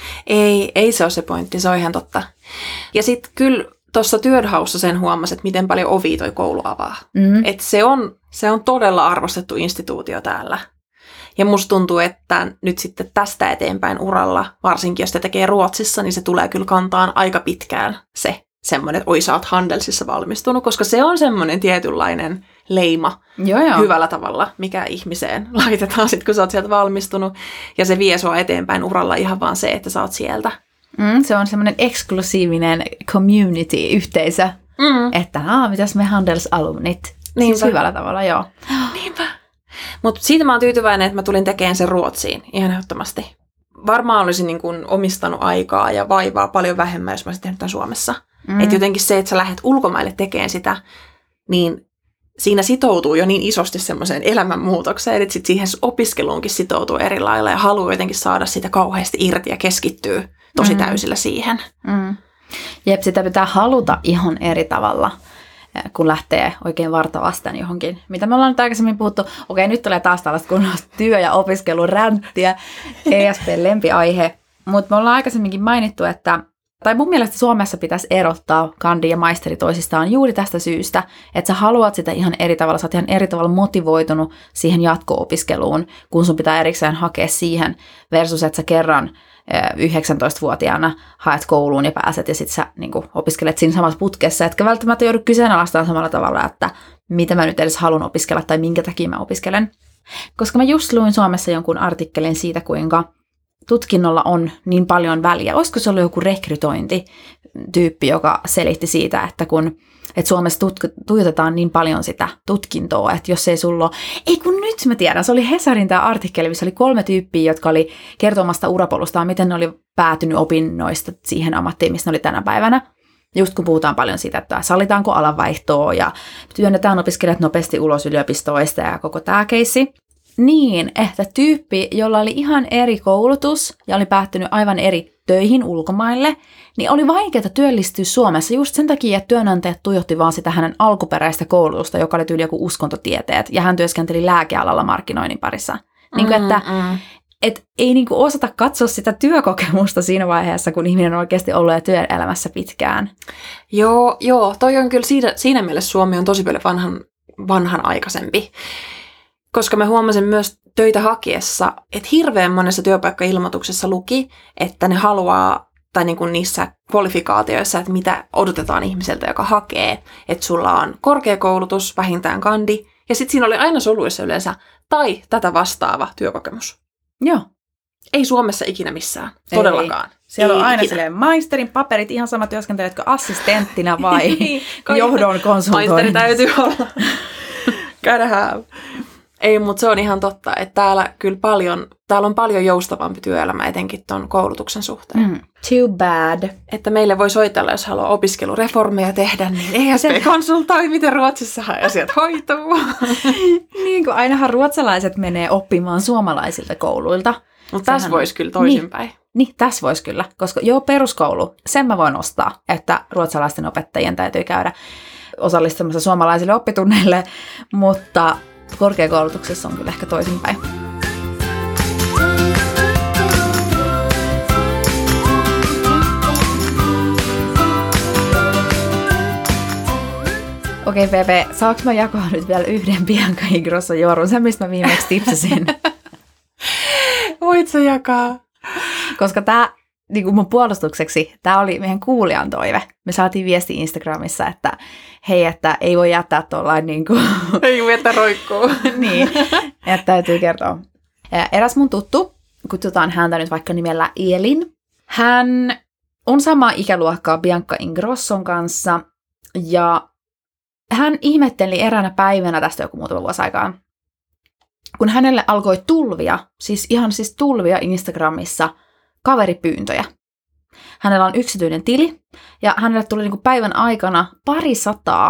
Ei, ei se ole se pointti, se on ihan totta. Ja sitten kyllä tuossa työnhaussa sen huomasi, että miten paljon ovi toi koulu avaa. Mm. Että se on, se on todella arvostettu instituutio täällä. Ja musta tuntuu, että nyt sitten tästä eteenpäin uralla, varsinkin jos te tekee Ruotsissa, niin se tulee kyllä kantaan aika pitkään se semmoinen, että oi sä oot Handelsissa valmistunut, koska se on semmoinen tietynlainen leima joo, joo. hyvällä tavalla, mikä ihmiseen laitetaan sitten, kun sä oot sieltä valmistunut. Ja se vie sua eteenpäin uralla ihan vaan se, että sä oot sieltä. Mm, se on semmoinen eksklusiivinen community-yhteisö, mm. että aah, mitäs me Handels-alumnit. Siis hyvällä tavalla, joo. Niinpä. Mutta siitä mä oon tyytyväinen, että mä tulin tekemään sen Ruotsiin ihan ehdottomasti. Varmaan olisin niin kun omistanut aikaa ja vaivaa paljon vähemmän, jos mä olisin tehnyt tämän Suomessa. Mm. Että jotenkin se, että sä lähdet ulkomaille tekemään sitä, niin siinä sitoutuu jo niin isosti semmoiseen elämänmuutokseen, että sit siihen opiskeluunkin sitoutuu eri lailla ja haluaa jotenkin saada sitä kauheasti irti ja keskittyy tosi mm. täysillä siihen. Mm. Jep, sitä pitää haluta ihan eri tavalla, kun lähtee oikein vartavasten johonkin. Mitä me ollaan nyt aikaisemmin puhuttu, okei, nyt tulee taas tällaista kunnosta työ- ja opiskeluränttiä, E S P-lempiaihe, mutta me ollaan aikaisemminkin mainittu, että tai mun mielestä Suomessa pitäisi erottaa kandi ja maisteri toisistaan juuri tästä syystä, että sä haluat sitä ihan eri tavalla, sä oot ihan eri tavalla motivoitunut siihen jatko-opiskeluun, kun sun pitää erikseen hakea siihen, versus että sä kerran yhdeksäntoistavuotiaana haet kouluun ja pääset ja sit sä niin kun, opiskelet siinä samassa putkessa, etkä välttämättä joudu kyseenalaistamaan samalla tavalla, että mitä mä nyt edes haluan opiskella tai minkä takia mä opiskelen. Koska mä just luin Suomessa jonkun artikkelin siitä, kuinka tutkinnolla on niin paljon väliä. Olisiko se ollut joku rekrytointityyppi, joka selitti siitä, että kun että Suomessa tutk- tuijotetaan niin paljon sitä tutkintoa, että jos ei sulla ole... Ei kun nyt mä tiedän, se oli Hesarin tämä artikkeli, missä oli kolme tyyppiä, jotka oli kertomasta urapolustaan, miten ne oli päätynyt opinnoista siihen ammattiin, missä ne oli tänä päivänä. Just kun puhutaan paljon siitä, että sallitaanko alanvaihtoa ja työnnetään opiskelijat nopeasti ulos yliopistoista ja koko tämä keissi. Niin, että tyyppi, jolla oli ihan eri koulutus ja oli päättynyt aivan eri töihin ulkomaille, niin oli vaikeaa työllistyä Suomessa just sen takia, että työnantajat tuijotti vaan sitä hänen alkuperäistä koulutusta, joka oli tyyli joku uskontotieteet, ja hän työskenteli lääkealalla markkinoinnin parissa. Mm, niin kuin, että mm. et ei niin kuin osata katsoa sitä työkokemusta siinä vaiheessa, kun ihminen on oikeasti ollut jo työelämässä pitkään. Joo, joo, toi on kyllä siinä, siinä mielessä Suomi on tosi paljon vanhan, vanhan aikaisempi. Koska mä huomasin myös töitä hakiessa, että hirveän monessa työpaikkailmoituksessa luki, että ne haluaa, tai niin kuin niissä kvalifikaatioissa, että mitä odotetaan ihmiseltä, joka hakee, että sulla on korkeakoulutus, vähintään kandi, ja sitten siinä oli aina soluissa yleensä, tai tätä vastaava työkokemus. Joo. Ei Suomessa ikinä missään, todellakaan. Ei. Siellä ei on aina ikinä. silleen maisterin paperit, ihan sama työskenteletkö assistenttina vai johdon konsultointi. Maisteri täytyy olla. Käydään. Ei, mutta se on ihan totta, että täällä, kyllä paljon, täällä on paljon joustavampi työelämä etenkin tuon koulutuksen suhteen. Mm. Too bad. Että meille voi soitella, jos haluaa opiskelureformeja tehdä, niin E S P konsultoi, miten Ruotsissa asiat hoituu. Niin kuin ainahan ruotsalaiset menee oppimaan suomalaisilta kouluilta. Mutta tässä voisi kyllä toisinpäin. Niin, niin tässä voisi kyllä, koska joo, peruskoulu, sen mä voin ostaa, että ruotsalaisten opettajien täytyy käydä osallistumassa suomalaisille oppitunneille, mutta korkeakoulutuksessa on kyllä ehkä toisinpäin. Okei, Pepe, saanko mä jakaa nyt vielä yhden Bianca Ingrosso juorun, sen mistä mä viimeksi tipsasin? Voit sä jakaa? Koska tää, niin kuin mun puolustukseksi, tää oli meidän kuulijan toive. Me saatiin viesti Instagramissa, että hei, että ei voi jättää tuollain niin kuin... Ei voi jättää roikkuu. Niin, että täytyy kertoa. Eräs mun tuttu, kutsutaan häntä nyt vaikka nimellä Elin. Hän on samaa ikäluokkaa Bianca Ingrosson kanssa, ja hän ihmetteli eräänä päivänä tästä joku muutama vuosi aikaa, kun hänelle alkoi tulvia, siis ihan siis tulvia Instagramissa, kaveripyyntöjä. Hänellä on yksityinen tili, ja hänelle tuli niinku päivän aikana pari sataa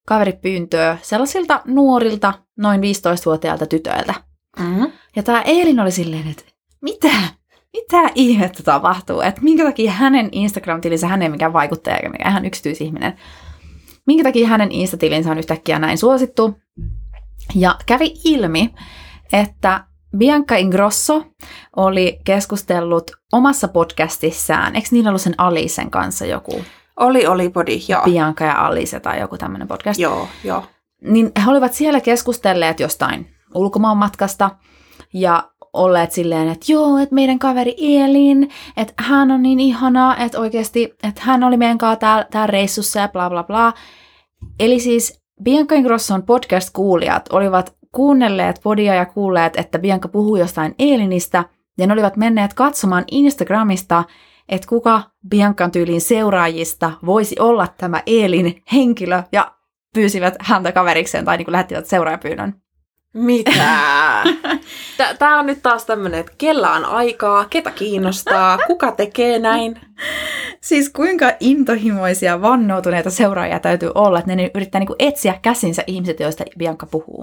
kaveripyyntöä sellaisilta nuorilta, noin viisitoistavuotiailta tytöiltä. Mm-hmm. Ja tämä Eelin oli silleen, että mitä? Mitä ihmettä tapahtuu? Että minkä takia hänen Instagram-tilinsä, hän ei mikään vaikuttaja eikä mikään ihan yksityisihminen, minkä takia hänen Insta-tilinsä on yhtäkkiä näin suosittu? Ja kävi ilmi, että Bianca Ingrosso oli keskustellut omassa podcastissaan, eikö niin ollut sen Alisen kanssa joku? Oli, oli podi, joo. Bianca ja Alise tai joku tämmöinen podcast. Joo, joo. Niin he olivat siellä keskustelleet jostain ulkomaanmatkasta ja olleet silleen, että joo, että meidän kaveri Eelin, että hän on niin ihana, että oikeasti, että hän oli meidän kanssa täällä, täällä reissussa ja bla bla bla. Eli siis Bianca Ingrosson podcast-kuulijat olivat kuunnelleet podia ja kuulleet, että Bianca puhuu jostain Eelinistä, ja ne olivat menneet katsomaan Instagramista, että kuka Biancan tyylin seuraajista voisi olla tämä Eelin henkilö, ja pyysivät häntä kaverikseen tai niin kuin lähettivät seuraajapyynnön. Mitä? Tämä on nyt taas tämmöinen, että kellä on aikaa, ketä kiinnostaa, kuka tekee näin. Siis kuinka intohimoisia, vannoutuneita seuraajia täytyy olla, että ne yrittää niinku etsiä käsinsä ihmiset, joista Bianca puhuu.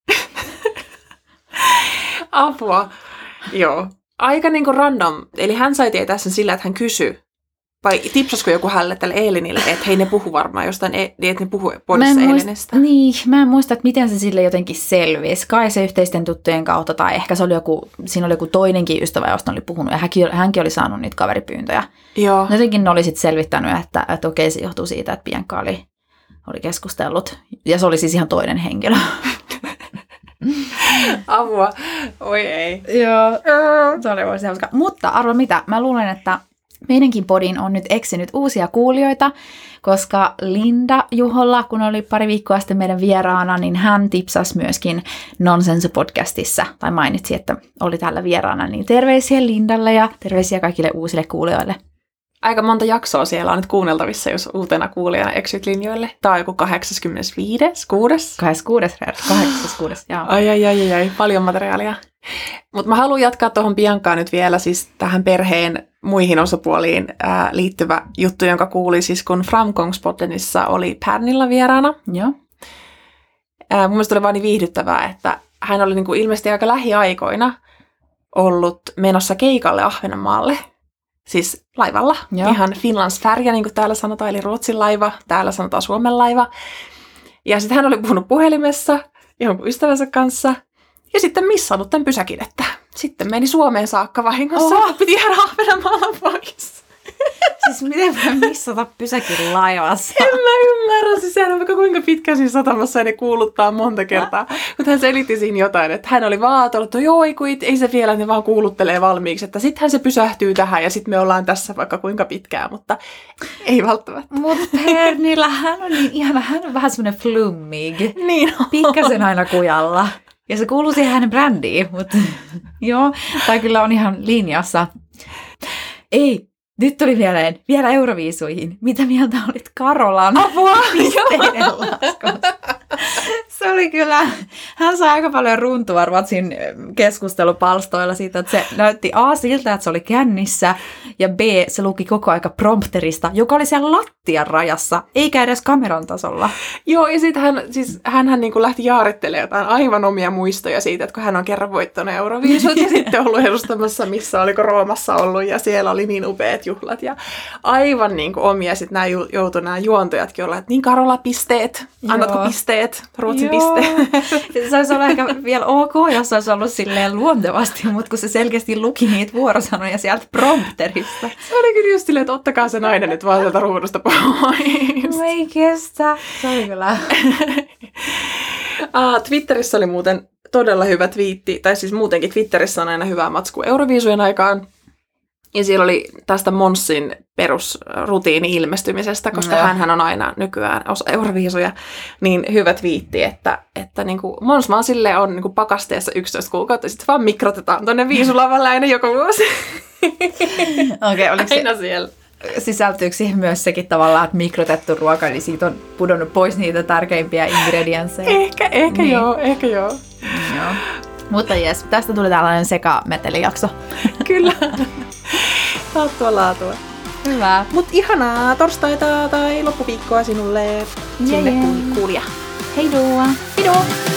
Apua. Joo. Aika niinku random. Eli hän sai tietää sen sillä, että hän kysyi. Vai tipsasko joku hänelle tälle Eelinille, että hei, ne puhu varmaan jostain, että ne puhu podissa Eelinistä? Niin, mä en muista, että miten se sille jotenkin selvisi. Kai se yhteisten tuttujen kautta, tai ehkä se oli joku, siinä oli joku toinenkin ystävä, josta oli puhunut, ja hänkin, hänkin oli saanut niitä kaveripyyntöjä. Joo. Jotenkin ne oli sitten selvittänyt, että, että okei, se johtuu siitä, että Bianca oli, oli keskustellut. Ja se oli siis ihan toinen henkilö. Apua. Oi ei. Joo. Se oli voisi hauska. Mutta arvo mitä, mä luulen, että meidänkin podin on nyt eksinyt uusia kuulijoita, koska Linda Juholla, kun oli pari viikkoa sitten meidän vieraana, niin hän tipsasi myöskin Nonsense-podcastissa, tai mainitsi, että oli täällä vieraana, niin terveisiä Lindalle ja terveisiä kaikille uusille kuulijoille. Aika monta jaksoa siellä on nyt kuunneltavissa, jos uutena kuulijana eksyt linjoille. Tämä on joku kahdeksankymmentäviisi, kuudes? kahdeksankymmentäkuudes, kahdeksankymmentäkuudes, joo. Ai, ai, ai, ai, paljon materiaalia. Mutta mä haluan jatkaa tuohon Biancaan nyt vielä, siis tähän perheen muihin osapuoliin ää, liittyvä juttu, jonka kuuli siis, kun Framgångspoddenissa oli Pernilla vieraana. Joo. Ää, mun mielestä oli vaan niin viihdyttävää, että hän oli niinku ilmeisesti aika lähiaikoina ollut menossa keikalle Ahvenanmaalle. Siis laivalla. Joo. Ihan Finlandsfärja, niin kuin täällä sanotaan, eli Ruotsin laiva. Täällä sanotaan Suomen laiva. Ja sitten hän oli puhunut puhelimessa jonkun ystävänsä kanssa. Ja sitten missannut tämän pysäkidettä. Sitten meni Suomeen saakka vahingossa. Oho. Piti jäädä Ahvenanmaalla pois. Siis miten voi missata pysäkin laivassa? En mä ymmärrä. Siis sehän on vaikka kuinka pitkä siinä satamassa ja ne kuuluttaa monta kertaa. Mutta hän selitti siinä jotain, että hän oli vaan ajatellut, että joo, ei se vielä, ne vaan kuuluttelee valmiiksi. Että sittenhän se pysähtyy tähän ja sitten me ollaan tässä vaikka kuinka pitkään, mutta ei välttämättä. Mutta Pernilla, hän on niin ihana, hän on vähän semmoinen flummig. Niin on. Pikkasen aina kujalla. Ja se kuuluu siihen hänen brändiin, mutta joo, tämä kyllä on ihan linjassa. Ei, nyt tuli mieleen, vielä Euroviisuihin. Mitä mieltä olit Karolan pisteiden laskusta? Se oli kyllä, hän sai aika paljon runtua Ruotsin keskustelupalstoilla siitä, että se näytti A siltä, että se oli kännissä, ja B, se luki koko aika prompterista, joka oli siellä lattian rajassa, eikä edes kameran tasolla. Joo, ja sitten hän, siis, hänhän niin kuin lähti jaarittelemaan jotain aivan omia muistoja siitä, että kun hän on kerran voittanut Euroviisut, ja sitten ollut edustamassa, missä oliko Roomassa ollut, ja siellä oli niin upeat juhlat, ja aivan niin kuin omia, sitten nämä joutui nämä juontojatkin olla, että niin Karola pisteet, annatko Joo. pisteet, Ruotsin pisteet. Se olisi ollut ehkä vielä ok, jos se olisi ollut silleen luontevasti, mutta kun se selkeästi luki niitä vuorosanoja sieltä prompterista. Se oli kyllä just silleen, että ottakaa se nainen nyt vaan sieltä ruudusta pois. No ei kestä. Se oli kyllä. ah, Twitterissä oli muuten todella hyvä twiitti, tai siis muutenkin Twitterissä on aina hyvää matskua Euroviisujen aikaan. Ja siellä oli tästä Monsin perusrutiini ilmestymisestä, koska no. hänhän on aina nykyään osa Euroviisuja, niin hyvä twiitti, että, että niin kuin Mons vaan silleen on niin kuin pakasteessa yksitoista kuukautta, ja sitten vaan mikrotetaan tuonne viisulavalle aina joka vuosi. Okei, oliko se... Aina siellä. Sisältyykö siihen myös sekin tavallaan, että mikrotettu ruoka, niin siitä on pudonnut pois niitä tärkeimpiä ingrediensseja? Ehkä, ehkä niin. joo, ehkä joo. joo. Mutta jes, tästä tuli tällainen sekametelijakso. Kyllä. Laattua laatua. Hyvä. Mut ihanaa torstaita tai loppuviikkoa sinulle sinne Jee. kuulija. Hei Dua. Hei